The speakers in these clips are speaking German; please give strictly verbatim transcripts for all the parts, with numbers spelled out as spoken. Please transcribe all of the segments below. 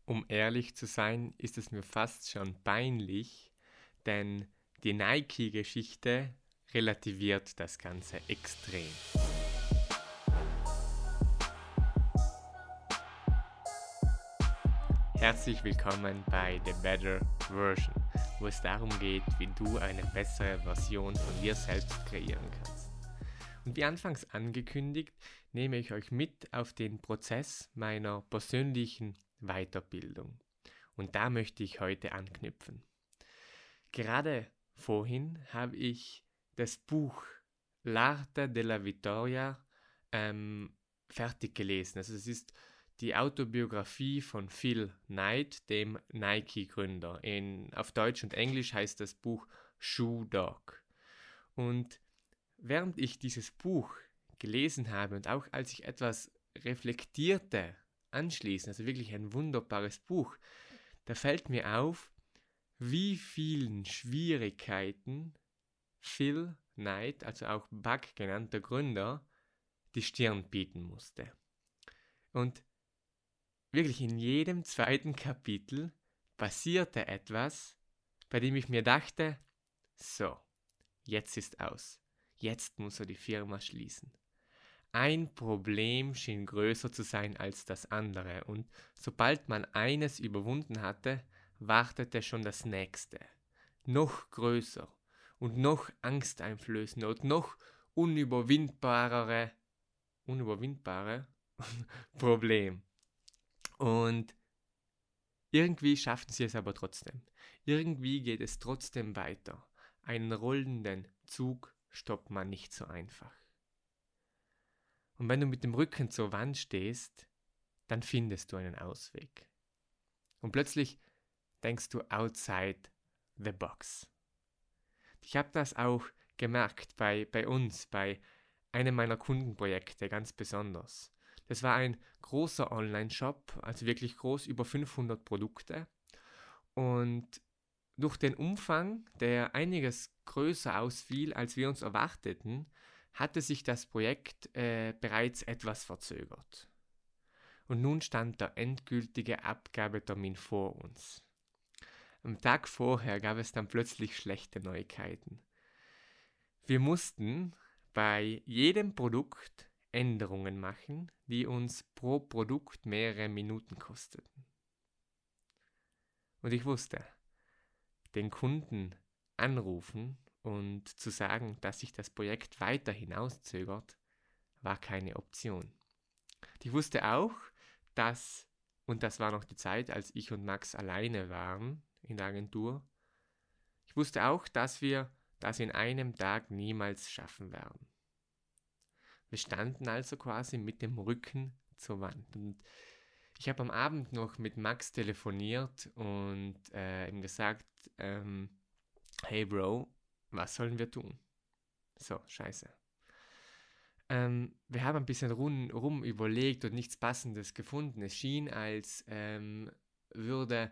Um ehrlich zu sein, ist es mir fast schon peinlich, denn die Nike-Geschichte relativiert das Ganze extrem. Herzlich willkommen bei The Better Version, wo es darum geht, wie du eine bessere Version von dir selbst kreieren kannst. Und wie anfangs angekündigt, nehme ich euch mit auf den Prozess meiner persönlichen Weiterbildung. Und da möchte ich heute anknüpfen. Gerade vorhin habe ich das Buch L'Arte della Vittoria ähm, fertig gelesen. Also es ist die Autobiografie von Phil Knight, dem Nike-Gründer. In, auf Deutsch und Englisch heißt das Buch Shoe Dog. Und während ich dieses Buch gelesen habe und auch als ich etwas reflektierte anschließend, also wirklich ein wunderbares Buch, da fällt mir auf, wie vielen Schwierigkeiten Phil Knight, also auch Buck genannt, der Gründer, die Stirn bieten musste. Und wirklich in jedem zweiten Kapitel passierte etwas, bei dem ich mir dachte, so, jetzt ist aus. Jetzt muss er die Firma schließen. Ein Problem schien größer zu sein als das andere und sobald man eines überwunden hatte, wartete schon das nächste. Noch größer und noch angsteinflößender und noch unüberwindbarere, unüberwindbare Problem. Und irgendwie schafften sie es aber trotzdem. Irgendwie geht es trotzdem weiter. Einen rollenden Zug stoppt man nicht so einfach. Und wenn du mit dem Rücken zur Wand stehst, dann findest du einen Ausweg. Und plötzlich denkst du outside the box. Ich habe das auch gemerkt bei, bei uns, bei einem meiner Kundenprojekte ganz besonders. Das war ein großer Online-Shop, also wirklich groß, über fünfhundert Produkte. Und durch den Umfang, der einiges größer ausfiel, als wir uns erwarteten, hatte sich das Projekt äh, bereits etwas verzögert. Und nun stand der endgültige Abgabetermin vor uns. Am Tag vorher gab es dann plötzlich schlechte Neuigkeiten. Wir mussten bei jedem Produkt Änderungen machen, die uns pro Produkt mehrere Minuten kosteten. Und ich wusste, den Kunden anrufen und zu sagen, dass sich das Projekt weiter hinauszögert, war keine Option. Ich wusste auch, dass, und das war noch die Zeit, als ich und Max alleine waren in der Agentur, ich wusste auch, dass wir das in einem Tag niemals schaffen werden. Wir standen also quasi mit dem Rücken zur Wand. Und ich habe am Abend noch mit Max telefoniert und äh, ihm gesagt, ähm, hey Bro, was sollen wir tun? So, scheiße. Ähm, wir haben ein bisschen rum, rum überlegt und nichts Passendes gefunden. Es schien, als ähm, würde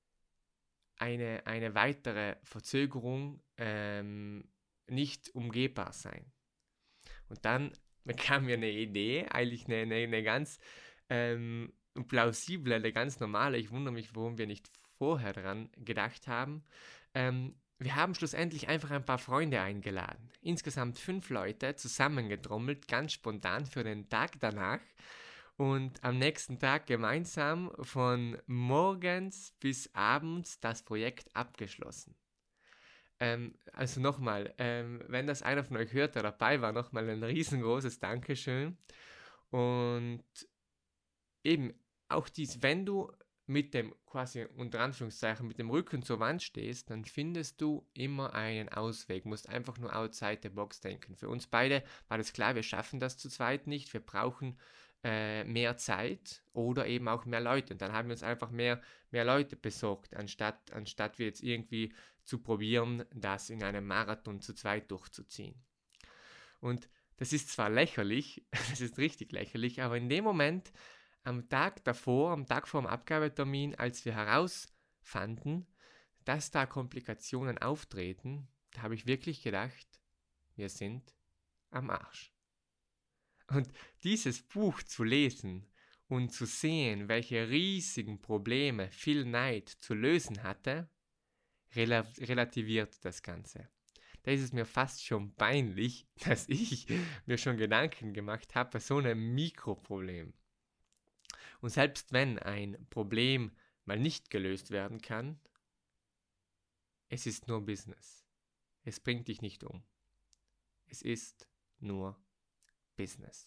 eine, eine weitere Verzögerung ähm, nicht umgehbar sein. Und dann bekam mir eine Idee, eigentlich eine, eine, eine ganz ähm, plausible, eine ganz normale. Ich wundere mich, warum wir nicht vorher daran gedacht haben. Ähm, wir haben schlussendlich einfach ein paar Freunde eingeladen. Insgesamt fünf Leute zusammengetrommelt, ganz spontan für den Tag danach. Und am nächsten Tag gemeinsam von morgens bis abends das Projekt abgeschlossen. Ähm, also nochmal, ähm, wenn das einer von euch hört, der dabei war, nochmal ein riesengroßes Dankeschön. Und eben auch dies, wenn du mit dem, quasi unter Anführungszeichen, mit dem Rücken zur Wand stehst, dann findest du immer einen Ausweg. Du musst einfach nur outside the box denken. Für uns beide war das klar, wir schaffen das zu zweit nicht. Wir brauchen äh, mehr Zeit oder eben auch mehr Leute. Und dann haben wir uns einfach mehr, mehr Leute besorgt, anstatt, anstatt wir jetzt irgendwie zu probieren, das in einem Marathon zu zweit durchzuziehen. Und das ist zwar lächerlich, das ist richtig lächerlich, aber in dem Moment, am Tag davor, am Tag vor dem Abgabetermin, als wir herausfanden, dass da Komplikationen auftreten, da habe ich wirklich gedacht, wir sind am Arsch. Und dieses Buch zu lesen und zu sehen, welche riesigen Probleme Phil Knight zu lösen hatte, rela relativiert das Ganze. Da ist es mir fast schon peinlich, dass ich mir schon Gedanken gemacht habe bei so einem Mikroproblem. Und selbst wenn ein Problem mal nicht gelöst werden kann, es ist nur Business. Es bringt dich nicht um. Es ist nur Business.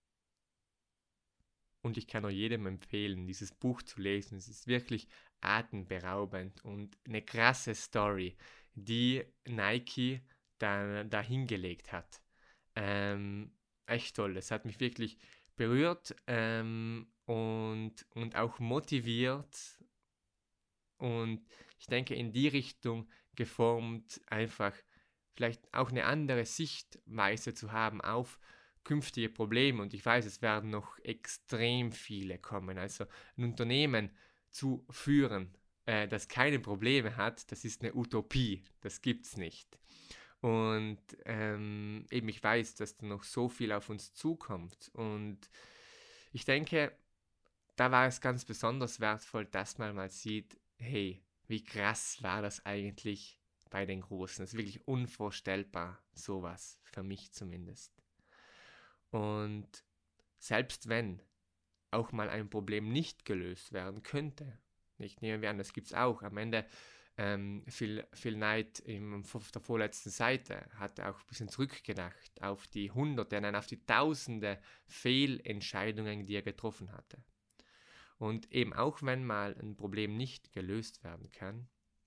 Und ich kann auch jedem empfehlen, dieses Buch zu lesen. Es ist wirklich atemberaubend und eine krasse Story, die Nike da, da hingelegt hat. Ähm, echt toll. Es hat mich wirklich berührt ähm, und, und auch motiviert und ich denke in die Richtung geformt, einfach vielleicht auch eine andere Sichtweise zu haben auf künftige Probleme. Und ich weiß, es werden noch extrem viele kommen. Also ein Unternehmen zu führen, äh, das keine Probleme hat, das ist eine Utopie. Das gibt es nicht. Und ähm, eben ich weiß, dass da noch so viel auf uns zukommt. Und ich denke, da war es ganz besonders wertvoll, dass man mal sieht, hey, wie krass war das eigentlich bei den Großen. Das ist wirklich unvorstellbar, sowas, für mich zumindest. Und selbst wenn auch mal ein Problem nicht gelöst werden könnte, nicht nehmen wir an, das gibt es auch, am Ende ähm, Phil, Phil Knight im, auf der vorletzten Seite hat auch ein bisschen zurückgedacht auf die Hunderte, nein, auf die Tausende Fehlentscheidungen, die er getroffen hatte. Und eben auch wenn mal ein Problem nicht gelöst werden kann,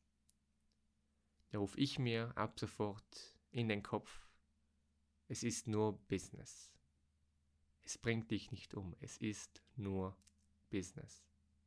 da rufe ich mir ab sofort in den Kopf, es ist nur Business. Es bringt dich nicht um, es ist nur Business.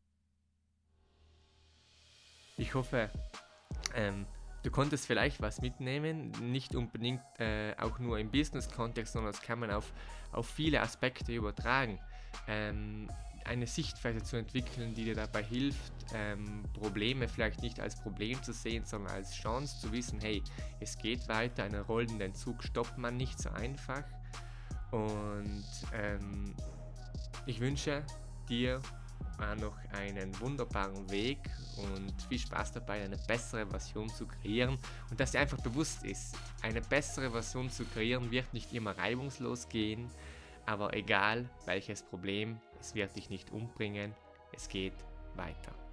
Ich hoffe, ähm, du konntest vielleicht was mitnehmen, nicht unbedingt äh, auch nur im Business-Kontext, sondern das kann man auf, auf viele Aspekte übertragen. Ähm, eine Sichtweise zu entwickeln, die dir dabei hilft, ähm, Probleme vielleicht nicht als Problem zu sehen, sondern als Chance zu wissen, hey, es geht weiter, einen rollenden Zug stoppt man nicht so einfach. Und ähm, ich wünsche dir noch einen wunderbaren Weg und viel Spaß dabei, eine bessere Version zu kreieren und dass dir einfach bewusst ist, eine bessere Version zu kreieren wird nicht immer reibungslos gehen, aber egal welches Problem, es wird dich nicht umbringen, es geht weiter.